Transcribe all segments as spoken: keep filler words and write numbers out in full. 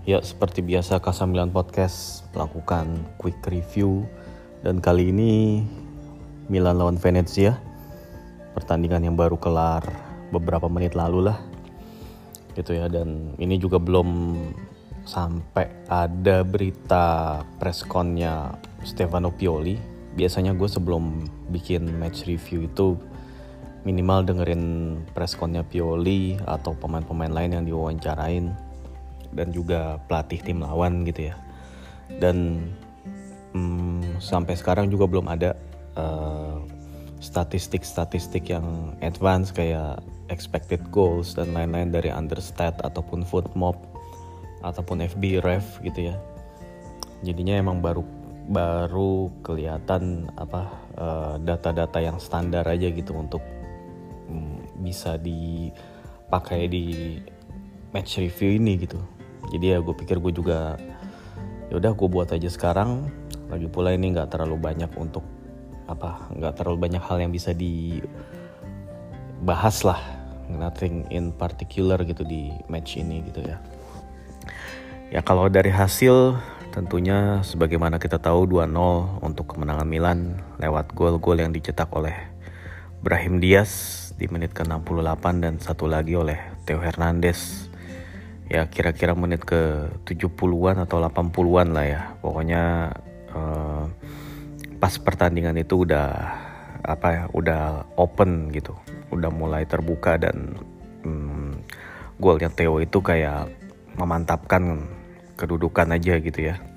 Ya, seperti biasa K sembilan Podcast melakukan quick review. Dan kali ini Milan lawan Venezia, pertandingan yang baru kelar beberapa menit lalu lah gitu ya. Dan ini juga belum sampai ada berita pressconnya Stefano Pioli. Biasanya gue sebelum bikin match review itu minimal dengerin pressconnya Pioli atau pemain-pemain lain yang diwawancarain, dan juga pelatih tim lawan gitu ya. Dan hmm, sampai sekarang juga belum ada uh, statistik-statistik yang advance kayak expected goals dan lain-lain dari Understat ataupun Footmob ataupun F B Ref gitu ya. Jadinya emang baru baru kelihatan apa uh, data-data yang standar aja gitu untuk um, bisa dipakai di match review ini gitu. Jadi ya gue pikir gue juga yaudah gue buat aja sekarang. Lagi pula ini nggak terlalu banyak untuk apa nggak terlalu banyak hal yang bisa dibahas lah, nothing in particular gitu di match ini gitu ya. Ya kalau dari hasil tentunya sebagaimana kita tahu dua nol untuk kemenangan Milan lewat gol-gol yang dicetak oleh Brahim Diaz di menit ke enam puluh delapan dan satu lagi oleh Theo Hernandez. Ya kira-kira menit ke tujuh puluhan atau delapan puluhan lah ya. Pokoknya eh, pas pertandingan itu udah apa ya, udah open gitu. Udah mulai terbuka dan hmm, golnya Theo itu kayak memantapkan kedudukan aja gitu ya.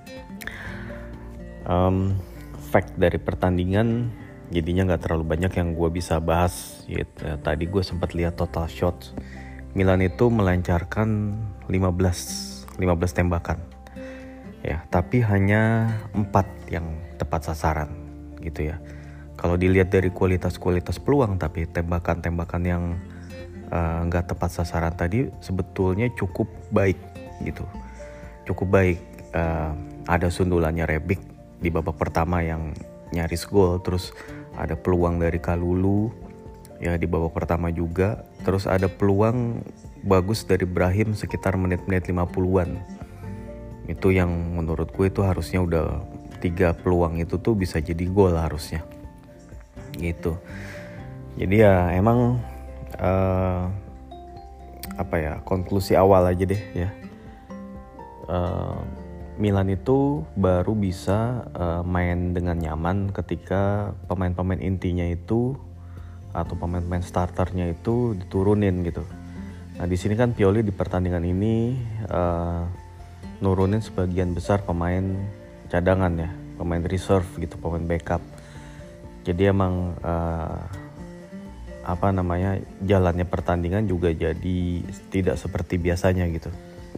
Um, fact dari pertandingan jadinya gak terlalu banyak yang gue bisa bahas gitu. Tadi gue sempat lihat total shots. Milan itu melancarkan lima belas tembakan. Ya, tapi hanya empat yang tepat sasaran gitu ya. Kalau dilihat dari kualitas-kualitas peluang, tapi tembakan-tembakan yang enggak uh, tepat sasaran tadi sebetulnya cukup baik gitu. Cukup baik. Uh, ada sundulannya Rebic di babak pertama yang nyaris gol, terus ada peluang dari Kalulu ya di babak pertama juga. Terus ada peluang bagus dari Brahim sekitar menit-menit lima puluhan. Itu yang menurut gue itu harusnya udah tiga peluang itu tuh bisa jadi gol harusnya. Gitu. Jadi ya emang uh, apa ya, konklusi awal aja deh ya. Uh, Milan itu baru bisa uh, main dengan nyaman ketika pemain-pemain intinya itu atau pemain-pemain starternya itu diturunin gitu. Nah di sini kan Pioli di pertandingan ini uh, nurunin sebagian besar pemain cadangan ya, pemain reserve gitu, pemain backup. Jadi emang uh, apa namanya jalannya pertandingan juga jadi tidak seperti biasanya gitu.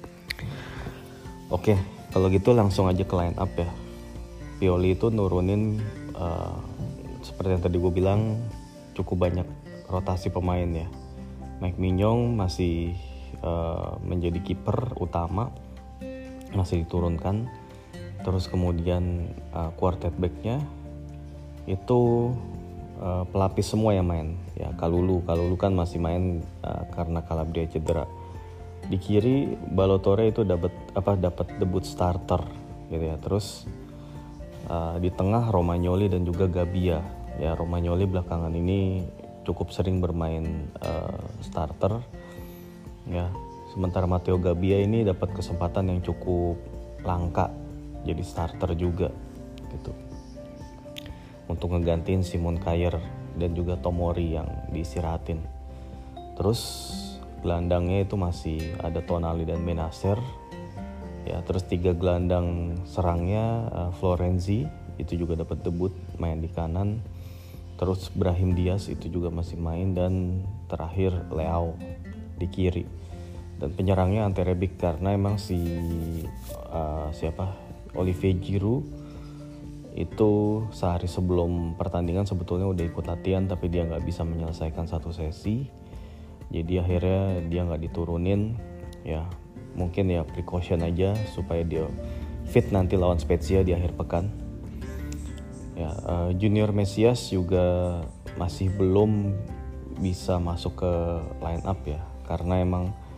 Oke, kalau gitu langsung aja ke line up ya. Pioli itu nurunin uh, seperti yang tadi gue bilang, cukup banyak rotasi pemain ya. Mike Mignon masih uh, menjadi kiper utama, masih diturunkan. Terus kemudian uh, quartet back-nya itu uh, pelapis semua yang main. Ya Kalulu, Kalulu kan masih main uh, karena Calabria cedera. Di kiri Balotore itu dapat apa dapat debut starter gitu ya. Terus uh, di tengah Romagnoli dan juga Gabbia. Ya Romagnoli belakangan ini cukup sering bermain uh, starter ya. Sementara Matteo Gabbia ini dapat kesempatan yang cukup langka jadi starter juga gitu. Untuk ngegantiin Simon Kjaer dan juga Tomori yang diistirahatin. Terus gelandangnya itu masih ada Tonali dan Benacer. Ya, terus tiga gelandang serangnya uh, Florenzi itu juga dapat debut main di kanan. Terus Brahim Diaz itu juga masih main, dan terakhir Leao di kiri. Dan penyerangnya Ante Rebic karena emang si uh, siapa Olivier Giroud itu sehari sebelum pertandingan sebetulnya udah ikut latihan, tapi dia nggak bisa menyelesaikan satu sesi. Jadi akhirnya dia nggak diturunin. Ya mungkin ya precaution aja supaya dia fit nanti lawan Spezia di akhir pekan. Ya, uh, Junior Mesias juga masih belum bisa masuk ke line up ya, karena emang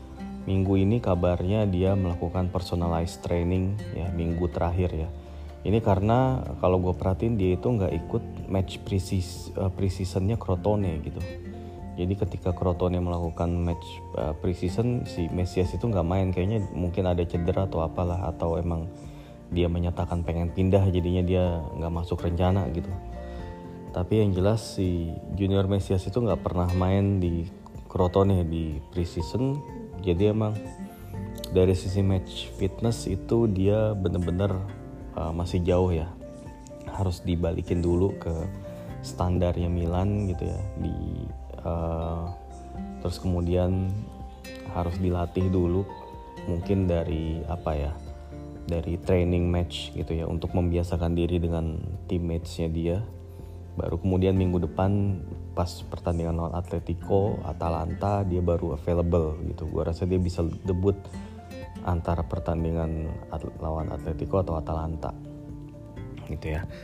minggu ini kabarnya dia melakukan personalized training ya, minggu terakhir ya. Ini karena kalau gue perhatiin dia itu nggak ikut match preseason, uh, preseasonnya Crotone gitu. Jadi ketika Crotone melakukan match uh, preseason, si Mesias itu nggak main, kayaknya mungkin ada cedera atau apalah, atau emang dia menyatakan pengen pindah, jadinya dia nggak masuk rencana gitu. Tapi yang jelas si Junior Mesias itu nggak pernah main di Crotone di preseason, jadi emang dari sisi match fitness itu dia bener-bener uh, masih jauh ya, harus dibalikin dulu ke standarnya Milan gitu ya, di uh, terus kemudian harus dilatih dulu mungkin dari apa ya, dari training match gitu ya, untuk membiasakan diri dengan teammates-nya dia. Baru kemudian minggu depan pas pertandingan lawan Atletico, Atalanta, dia baru available gitu. Gue rasa dia bisa debut antara pertandingan lawan Atletico atau Atalanta gitu ya.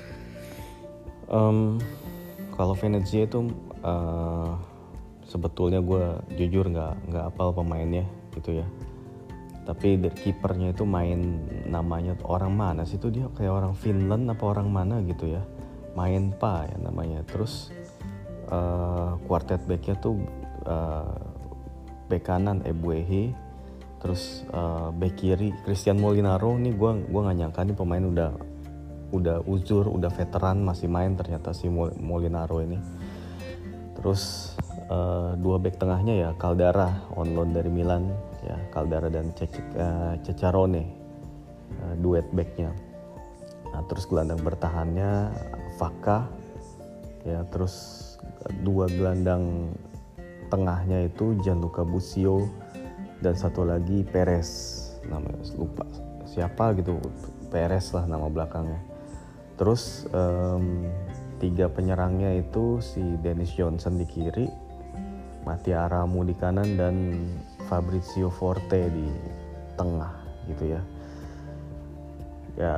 Um, kalau Venezia itu uh, sebetulnya gue jujur nggak nggak hafal pemainnya gitu ya. Tapi dari kipernya itu main, namanya orang mana sih itu, dia kayak orang Finland apa orang mana gitu ya. Main pa ya namanya. Terus uh, quartet backnya tuh uh, back kanan Ebuehi, terus uh, back kiri Christian Molinaro. Nih gue gue nggak nyangka nih pemain udah udah uzur, udah veteran masih main ternyata si Molinaro ini. Terus uh, dua back tengahnya ya Caldara on loan dari Milan ya, Caldara dan Ceccarone, uh, duet backnya. Nah, terus gelandang bertahannya Vaca ya, terus dua gelandang tengahnya itu Gianluca Busio dan satu lagi Perez, namanya lupa siapa gitu, Perez lah nama belakangnya. Terus um, tiga penyerangnya itu si Dennis Johnson di kiri, Mattia Aramu di kanan, dan Fabrizio Forte di tengah gitu ya. Ya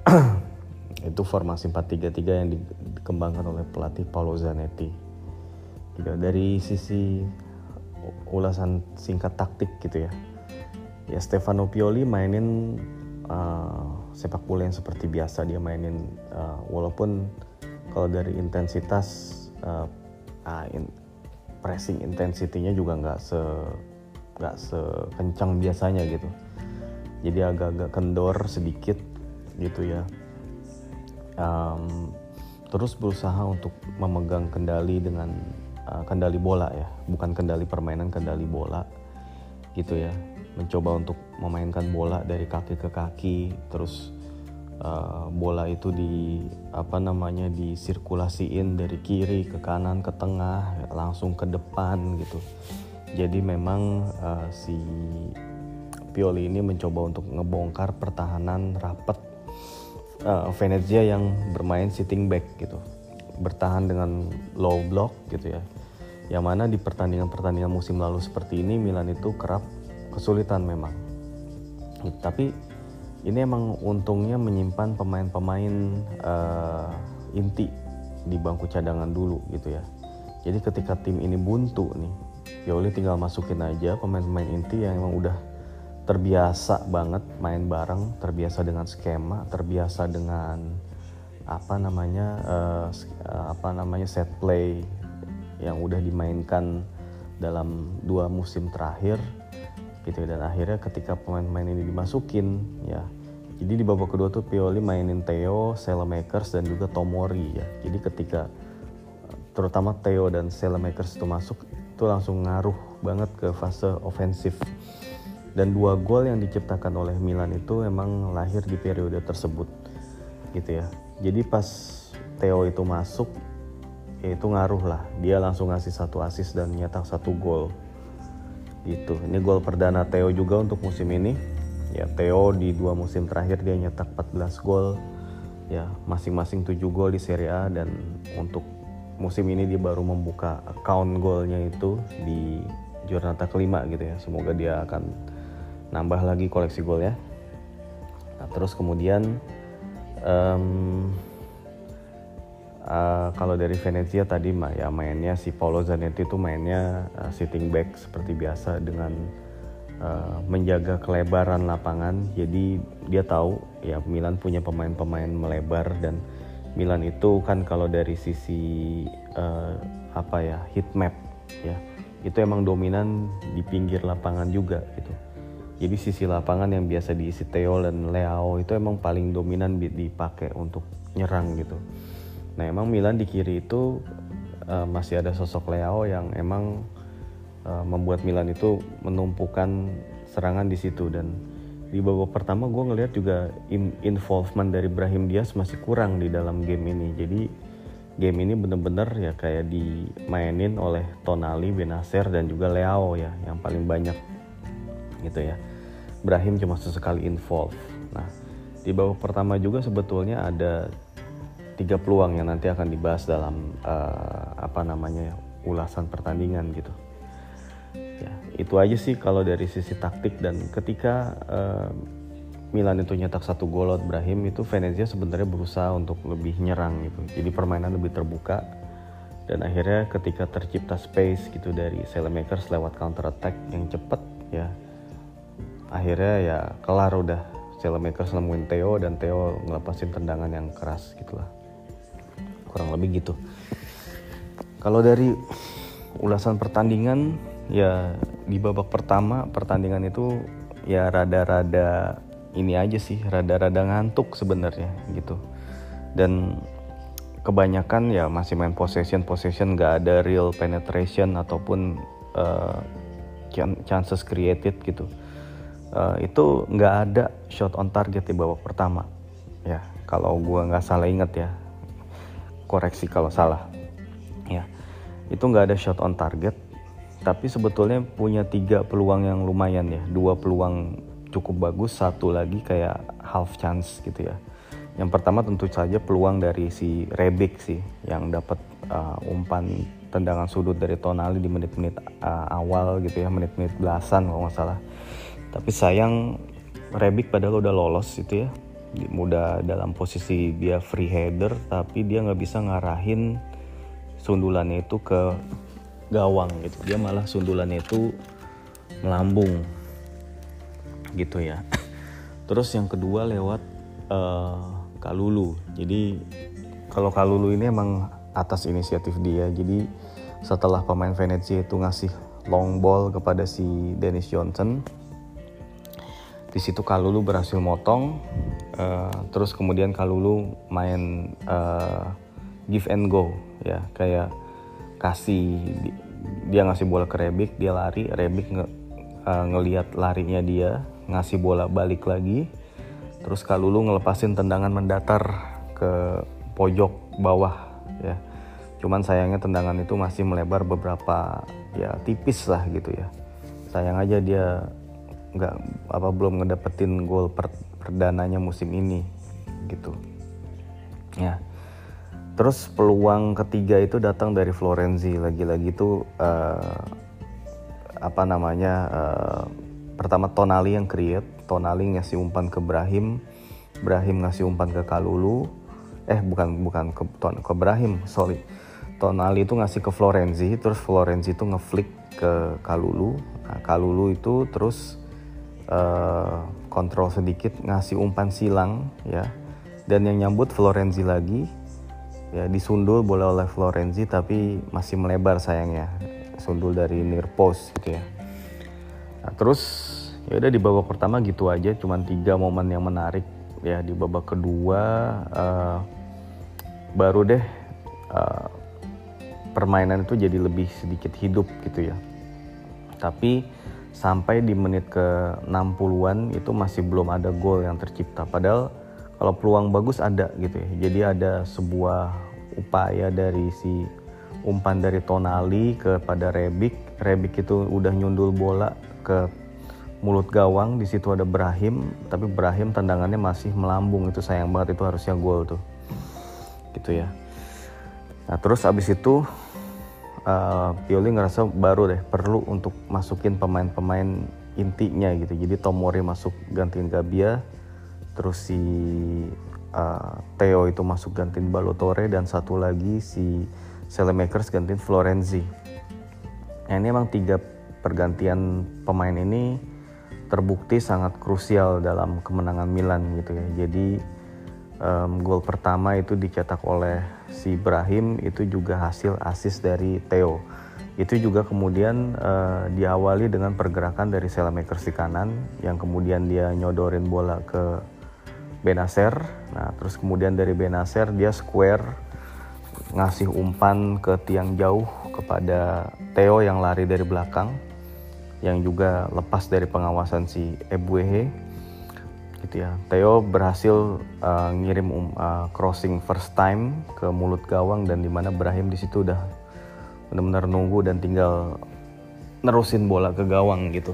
itu formasi empat tiga tiga yang dikembangkan oleh pelatih Paolo Zanetti. Gitu. Dari sisi ulasan singkat taktik gitu ya. Ya Stefano Pioli mainin uh, sepak bola yang seperti biasa dia mainin, uh, walaupun kalau dari intensitas uh, uh, in, pressing intensity-nya juga nggak se nggak sekencang biasanya gitu. Jadi agak-agak kendor sedikit gitu ya. Um, terus berusaha untuk memegang kendali dengan uh, kendali bola ya, bukan kendali permainan, kendali bola gitu ya. Mencoba untuk memainkan bola dari kaki ke kaki, terus uh, bola itu di apa namanya disirkulasiin dari kiri ke kanan ke tengah langsung ke depan gitu. Jadi memang uh, si Pioli ini mencoba untuk ngebongkar pertahanan rapat Uh, Venezia yang bermain sitting back gitu, bertahan dengan low block gitu ya. Yang mana di pertandingan-pertandingan musim lalu seperti ini Milan itu kerap kesulitan memang. Gitu. Tapi ini emang untungnya menyimpan pemain-pemain uh, inti di bangku cadangan dulu gitu ya. Jadi ketika tim ini buntu nih, Pioli tinggal masukin aja pemain-pemain inti yang emang udah terbiasa banget main bareng, terbiasa dengan skema, terbiasa dengan apa namanya uh, apa namanya set play yang udah dimainkan dalam dua musim terakhir gitu. Dan akhirnya ketika pemain-pemain ini dimasukin ya, jadi di babak kedua tuh Pioli mainin Theo, Saelemaekers dan juga Tomori ya. Jadi ketika terutama Theo dan Saelemaekers itu masuk, itu langsung ngaruh banget ke fase ofensif. Dan dua gol yang diciptakan oleh Milan itu emang lahir di periode tersebut gitu ya. Jadi pas Theo itu masuk, ya itu ngaruh lah. Dia langsung ngasih satu assist dan nyetak satu gol gitu. Ini gol perdana Theo juga untuk musim ini. Ya Theo di dua musim terakhir dia nyetak empat belas gol. Ya masing-masing tujuh gol di Serie A, dan untuk musim ini dia baru membuka account golnya itu di Giornata kelima gitu ya. Semoga dia akan nambah lagi koleksi gol ya. Nah, terus kemudian um, uh, kalau dari Venezia tadi mah ya mainnya si Paolo Zanetti itu mainnya uh, sitting back seperti biasa dengan uh, menjaga kelebaran lapangan. Jadi dia tahu ya Milan punya pemain-pemain melebar, dan Milan itu kan kalau dari sisi uh, apa ya heat map ya itu emang dominan di pinggir lapangan juga gitu. Jadi sisi lapangan yang biasa diisi Theo dan Leao itu emang paling dominan dipakai untuk nyerang gitu. Nah emang Milan di kiri itu uh, masih ada sosok Leao yang emang uh, membuat Milan itu menumpukan serangan di situ. Dan di babak pertama gue ngelihat juga in- involvement dari Brahim Diaz masih kurang di dalam game ini. Jadi game ini bener-bener ya kayak dimainin oleh Tonali, Benacer dan juga Leao ya yang paling banyak gitu ya. Brahim cuma sesekali involve. Nah di babak pertama juga sebetulnya ada tiga peluang yang nanti akan dibahas dalam uh, apa namanya ulasan pertandingan gitu. Ya itu aja sih kalau dari sisi taktik. Dan ketika uh, Milan itu nyetak satu gol lewat Brahim, itu Venezia sebenarnya berusaha untuk lebih nyerang gitu. Jadi permainan lebih terbuka, dan akhirnya ketika tercipta space gitu dari Saelemaekers lewat counter attack yang cepat ya, akhirnya ya kelar udah. Saelemaekers nemuin Theo dan Theo ngelepasin tendangan yang keras gitulah. Kurang lebih gitu. Kalau dari ulasan pertandingan ya di babak pertama pertandingan itu ya rada-rada ini aja sih, rada-rada ngantuk sebenarnya gitu. Dan kebanyakan ya masih main possession possession, nggak ada real penetration ataupun uh, chances created gitu. Uh, itu nggak ada shot on target di babak pertama ya, kalau gue nggak salah inget ya, koreksi kalau salah ya, itu nggak ada shot on target. Tapi sebetulnya punya tiga peluang yang lumayan ya, dua peluang cukup bagus, satu lagi kayak half chance gitu ya. Yang pertama tentu saja peluang dari si Rebic sih, yang dapat uh, umpan tendangan sudut dari Tonali di menit-menit uh, awal gitu ya, menit-menit belasan kalau nggak salah. Tapi sayang Rebic padahal udah lolos gitu ya, udah dalam posisi dia free header, tapi dia nggak bisa ngarahin sundulannya itu ke gawang gitu. Dia malah sundulannya itu melambung gitu ya. Terus yang kedua lewat uh, Kalulu. Jadi kalau Kalulu ini emang atas inisiatif dia. Jadi setelah pemain Venezia itu ngasih long ball kepada si Dennis Johnson, di situ Kalulu berhasil motong. Uh, terus kemudian Kalulu main uh, give and go ya, kayak kasih dia ngasih bola ke Rebic, dia lari, Rebic nge, uh, ngelihat larinya dia, ngasih bola balik lagi, terus Kalulu ngelepasin tendangan mendatar ke pojok bawah ya. Cuman sayangnya tendangan itu masih melebar beberapa ya, tipis lah gitu ya. Sayang aja dia nggak apa belum ngedapetin gol per, perdananya musim ini gitu ya. Terus peluang ketiga itu datang dari Florenzi. Lagi-lagi itu uh, apa namanya uh, pertama Tonali yang create, Tonali ngasih umpan ke Brahim, Brahim ngasih umpan ke Kalulu, eh bukan bukan ke, ke Brahim, sorry. Tonali itu ngasih ke Florenzi, terus Florenzi itu ngeflick ke Kalulu. Nah, Kalulu itu terus uh, kontrol sedikit, ngasih umpan silang ya, dan yang nyambut Florenzi lagi. Ya disundul bola oleh Florenzi tapi masih melebar sayangnya, sundul dari near post gitu ya. Nah, terus ya udah di babak pertama gitu aja, cuman tiga momen yang menarik ya. Di babak kedua uh, baru deh uh, permainan itu jadi lebih sedikit hidup gitu ya. Tapi sampai di menit ke enam puluhan itu masih belum ada gol yang tercipta. Padahal kalau peluang bagus ada gitu ya. Jadi ada sebuah upaya dari si umpan dari Tonali kepada Rebic. Rebic itu udah nyundul bola ke mulut gawang, di situ ada Brahim, tapi Brahim tendangannya masih melambung. Itu sayang banget, itu harusnya gol tuh. Gitu ya. Nah, terus abis itu uh, Pioli ngerasa baru deh perlu untuk masukin pemain-pemain intinya gitu. Jadi Tomori masuk gantiin Gabbia. Terus si uh, Theo itu masuk gantiin Balotore, dan satu lagi si Saelemaekers gantiin Florenzi. Nah ini emang tiga pergantian pemain ini terbukti sangat krusial dalam kemenangan Milan gitu ya. Jadi um, gol pertama itu dicetak oleh si Brahim, itu juga hasil assist dari Theo. Itu juga kemudian uh, diawali dengan pergerakan dari Saelemaekers di kanan yang kemudian dia nyodorin bola ke Benacer. Nah, terus kemudian dari Benacer dia square ngasih umpan ke tiang jauh kepada Theo yang lari dari belakang, yang juga lepas dari pengawasan si Ebuehe gitu ya. Theo berhasil uh, ngirim um, uh, crossing first time ke mulut gawang, dan dimana Brahim di situ udah benar-benar nunggu dan tinggal nerusin bola ke gawang gitu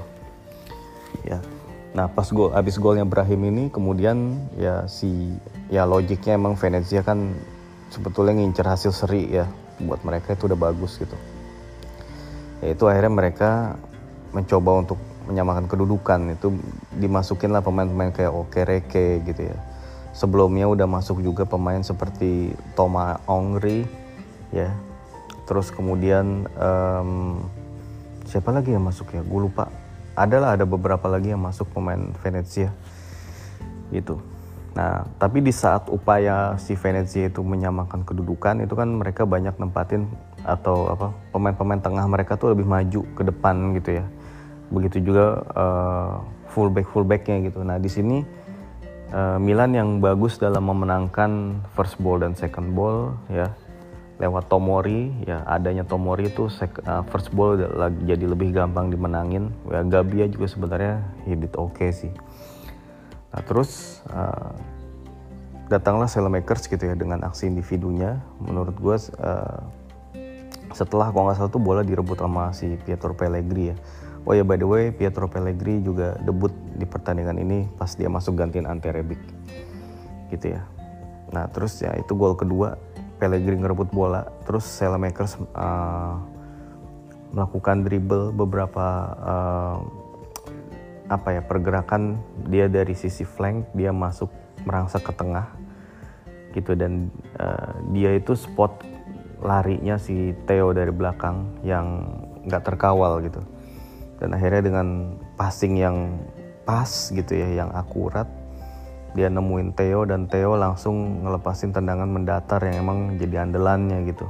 ya. Nah, pas gol, abis golnya Brahim ini kemudian ya si ya logiknya emang Venezia kan sebetulnya ngincer hasil seri ya, buat mereka itu udah bagus gitu. Ya itu akhirnya mereka mencoba untuk menyamakan kedudukan, itu dimasukin lah pemain-pemain kayak Okereke gitu ya. Sebelumnya udah masuk juga pemain seperti Thomas Ongri ya. Terus kemudian um, siapa lagi yang masuk ya? Gue lupa. Adalah ada beberapa lagi yang masuk pemain Venezia gitu. Nah, tapi di saat upaya si Venezia itu menyamakan kedudukan, itu kan mereka banyak nempatin atau apa pemain-pemain tengah mereka tuh lebih maju ke depan gitu ya. Begitu juga uh, fullback fullbacknya gitu. Nah, di sini uh, Milan yang bagus dalam memenangkan first ball dan second ball ya lewat Tomori ya. Adanya Tomori itu sec- uh, first ball jadi lebih gampang dimenangin. Ya, Gabbia juga sebenarnya he did oke okay sih. Nah, terus uh, datanglah Saelemaekers gitu ya dengan aksi individunya. Menurut gue uh, setelah kalau nggak salah tuh bola direbut sama si Pietro Pellegrini ya. Oh ya, by the way, Pietro Pellegrini juga debut di pertandingan ini pas dia masuk gantiin Ante Rebic gitu ya. Nah, terus ya itu gol kedua, Pellegrini ngerebut bola, terus Saelemaekers uh, melakukan dribble beberapa uh, apa ya pergerakan dia dari sisi flank, dia masuk merangsek ke tengah gitu, dan uh, dia itu spot larinya si Theo dari belakang yang nggak terkawal gitu, dan akhirnya dengan passing yang pas gitu ya, yang akurat, dia nemuin Theo dan Theo langsung ngelepasin tendangan mendatar yang emang jadi andalannya gitu.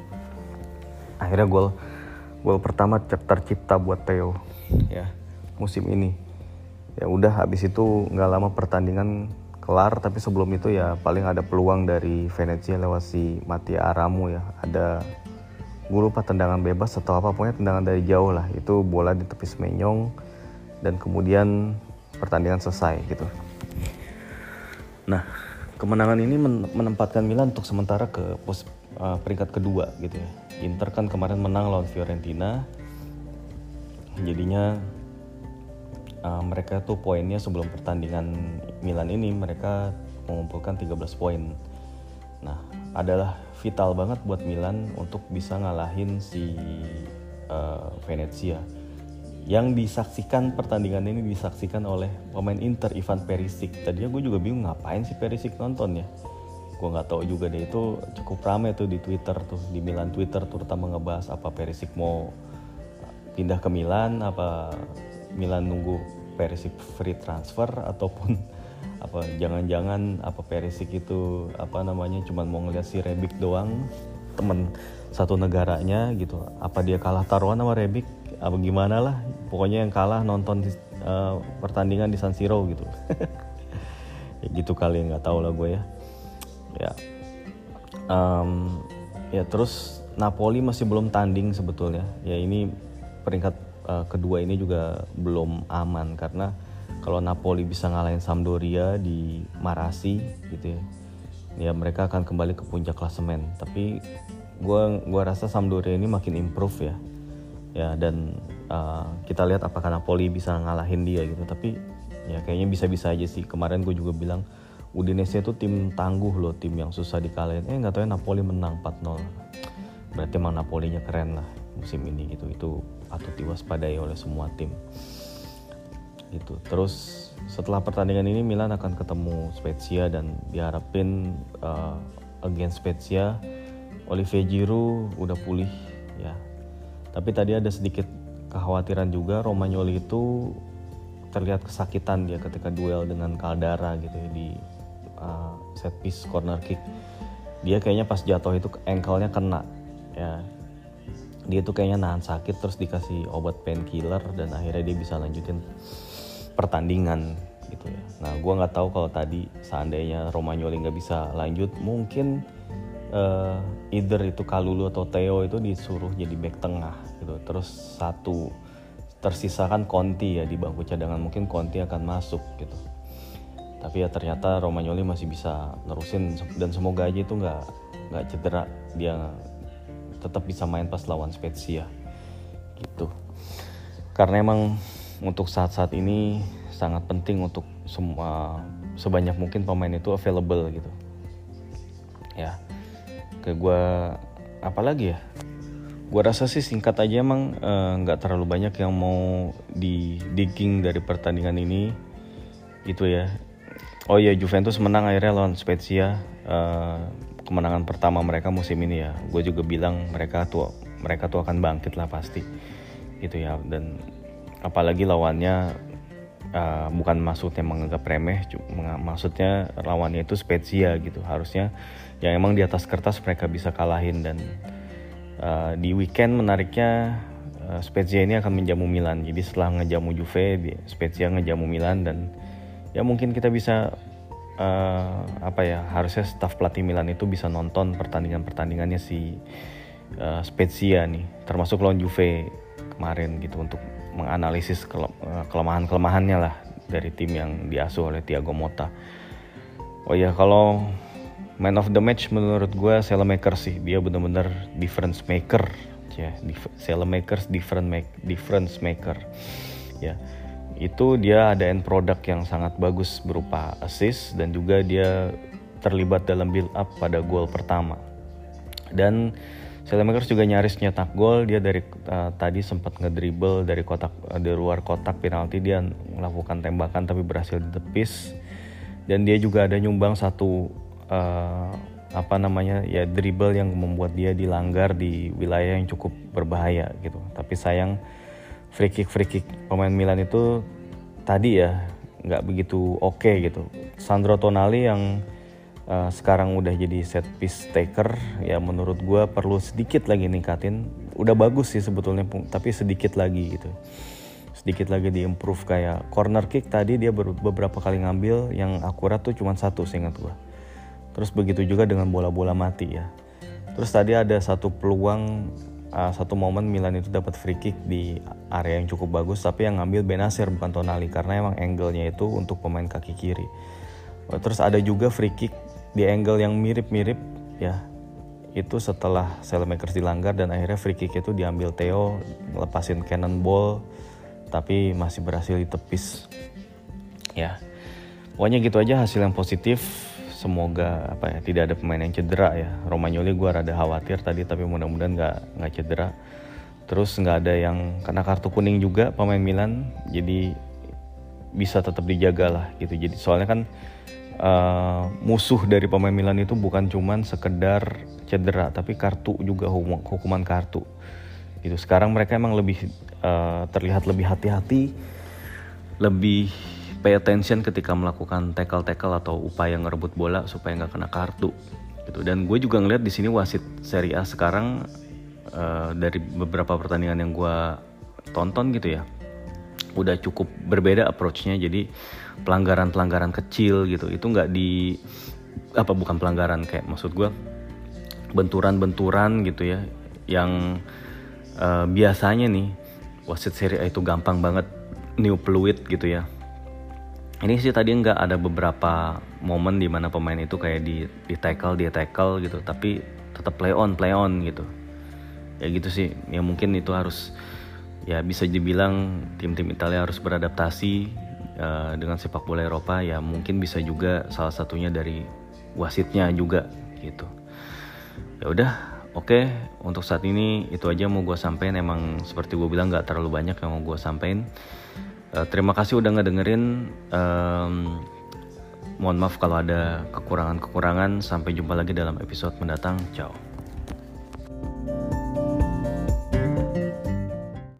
Akhirnya gol gol pertama tercipta buat Theo ya musim ini. Ya udah, habis itu nggak lama pertandingan kelar, tapi sebelum itu ya paling ada peluang dari Venezia lewat si Mattia Aramu ya. Ada, gue lupa tendangan bebas atau apa, pokoknya tendangan dari jauh lah. Itu bola ditepis Menyong dan kemudian pertandingan selesai gitu. Nah, kemenangan ini menempatkan Milan untuk sementara ke pos uh, peringkat kedua gitu ya. Inter kan kemarin menang lawan Fiorentina, jadinya uh, mereka tuh poinnya sebelum pertandingan Milan ini mereka mengumpulkan tiga belas poin. Nah, adalah vital banget buat Milan untuk bisa ngalahin si uh, Venezia. Yang disaksikan pertandingan ini disaksikan oleh pemain Inter, Ivan Perisic. Tadinya gue juga bingung ngapain si Perisic nonton ya. Gue nggak tahu juga deh, itu cukup ramai tuh di Twitter tuh, di Milan Twitter terutama ngebahas apa Perisic mau pindah ke Milan, apa Milan nunggu Perisic free transfer, ataupun apa jangan-jangan apa Perisic itu apa namanya cuma mau ngeliat si Rebic doang, temen satu negaranya gitu. Apa dia kalah taruhan sama Rebic? Apa gimana lah, pokoknya yang kalah nonton di, uh, pertandingan di San Siro gitu. Ya gitu kali, nggak tahu lah gue ya. Ya, um, ya terus Napoli masih belum tanding sebetulnya. Ya ini peringkat uh, kedua ini juga belum aman, karena kalau Napoli bisa ngalahin Sampdoria di Marassi gitu ya, ya mereka akan kembali ke puncak klasemen. Tapi gue gue rasa Sampdoria ini makin improve ya. Ya dan uh, kita lihat apakah Napoli bisa ngalahin dia gitu. Tapi ya kayaknya bisa-bisa aja sih. Kemarin gue juga bilang Udinese itu tim tangguh loh, tim yang susah dikalahin. Eh nggak tahu ya Napoli menang empat nol. Berarti emang Napolinya keren lah musim ini gitu. Itu patut diwaspadai oleh semua tim. Gitu. Terus setelah pertandingan ini Milan akan ketemu Spezia, dan diharapin uh, against Spezia Olivier Giroud udah pulih ya. Tapi tadi ada sedikit kekhawatiran juga, Romagnoli itu terlihat kesakitan dia ketika duel dengan Caldara gitu ya di uh, set piece corner kick. Dia kayaknya pas jatuh itu ankle-nya kena ya. Dia tuh kayaknya nahan sakit terus dikasih obat painkiller dan akhirnya dia bisa lanjutin pertandingan gitu ya. Nah, gue nggak tahu kalau tadi seandainya Romagnoli nggak bisa lanjut, mungkin uh, either itu Kalulu atau Theo itu disuruh jadi back tengah gitu. Terus satu tersisakan Conti ya di bangku cadangan, mungkin Conti akan masuk gitu. Tapi ya ternyata Romagnoli masih bisa nerusin dan semoga aja itu nggak nggak cedera, dia tetap bisa main pas lawan Spezia gitu. Karena emang untuk saat-saat ini sangat penting untuk semua sebanyak mungkin pemain itu available gitu. Ya, kayak gue apalagi ya. Gue rasa sih singkat aja emang nggak uh, terlalu banyak yang mau di digging dari pertandingan ini gitu ya. Oh ya, Juventus menang akhirnya lawan Spezia, uh, kemenangan pertama mereka musim ini ya. Gue juga bilang mereka tuh mereka tuh akan bangkit lah pasti gitu ya. Dan apalagi lawannya uh, bukan maksudnya menganggap remeh, cuma maksudnya lawannya itu Spezia gitu. Harusnya yang emang di atas kertas mereka bisa kalahin. Dan Uh, di weekend menariknya uh, Spezia ini akan menjamu Milan. Jadi setelah ngejamu Juve, Spezia ngejamu Milan. Dan ya mungkin kita bisa uh, apa ya, harusnya staf pelatih Milan itu bisa nonton pertandingan-pertandingannya si uh, Spezia nih, termasuk lawan Juve kemarin gitu, untuk menganalisis kele- uh, kelemahan-kelemahannya lah dari tim yang diasuh oleh Thiago Motta. Oh ya, kalau man of the match menurut gue Saelemaekers sih. Dia benar-benar difference maker ya. Saelemaekers different make, difference maker ya. Itu dia ada end product yang sangat bagus berupa assist, dan juga dia terlibat dalam build up pada gol pertama. Dan Saelemaekers juga nyaris nyetak gol. Dia dari uh, tadi sempat ngedribble dari kotak uh, dari luar kotak penalti, dia melakukan tembakan tapi berhasil ditepis. Dan dia juga ada nyumbang satu Uh, apa namanya ya dribble yang membuat dia dilanggar di wilayah yang cukup berbahaya gitu. Tapi sayang free kick free kick pemain Milan itu tadi ya nggak begitu oke okay, gitu. Sandro Tonali yang uh, sekarang udah jadi set piece taker ya, menurut gue perlu sedikit lagi ningkatin. Udah bagus sih sebetulnya, tapi sedikit lagi gitu. Sedikit lagi diimprove. Kayak corner kick tadi dia beberapa kali ngambil yang akurat tuh cuma satu seingat gue. Terus begitu juga dengan bola-bola mati ya. Terus tadi ada satu peluang, uh, satu momen Milan itu dapat free kick di area yang cukup bagus, tapi yang ngambil Bennacer bukan Tonali, karena emang angle-nya itu untuk pemain kaki kiri. Terus ada juga free kick di angle yang mirip-mirip ya. Itu setelah Saelemaekers dilanggar, dan akhirnya free kick itu diambil Theo, ngelepasin cannonball, tapi masih berhasil ditepis. Ya. Pokoknya gitu aja, hasil yang positif. Semoga apa ya, tidak ada pemain yang cedera ya. Romagnoli gue rada khawatir tadi, tapi mudah-mudahan nggak nggak cedera. Terus nggak ada yang kena kartu kuning juga pemain Milan, jadi bisa tetap dijaga lah gitu. Jadi soalnya kan uh, musuh dari pemain Milan itu bukan cuman sekedar cedera, tapi kartu juga, hukuman kartu gitu. Sekarang mereka emang lebih uh, terlihat lebih hati-hati, lebih pay attention ketika melakukan tackle-tackle atau upaya ngerebut bola supaya nggak kena kartu gitu. Dan gue juga ngeliat di sini wasit Serie A sekarang uh, dari beberapa pertandingan yang gue tonton gitu ya, udah cukup berbeda approach-nya. Jadi pelanggaran-pelanggaran kecil gitu itu nggak di apa bukan pelanggaran, kayak maksud gue benturan-benturan gitu ya, yang uh, biasanya nih wasit Serie A itu gampang banget new fluid gitu ya. Ini sih tadi nggak, ada beberapa momen di mana pemain itu kayak di, di tackle, dia tackle gitu, tapi tetap play on, play on gitu. Ya gitu sih, ya mungkin itu harus, ya bisa dibilang tim-tim Italia harus beradaptasi uh, dengan sepak bola Eropa. Ya mungkin bisa juga salah satunya dari wasitnya juga gitu. Ya udah, oke, okay. Untuk saat ini itu aja mau gue sampein. Emang seperti gue bilang nggak terlalu banyak yang mau gue sampein. Uh, terima kasih udah ngedengerin. Um, mohon maaf kalau ada kekurangan-kekurangan. Sampai jumpa lagi dalam episode mendatang. Ciao.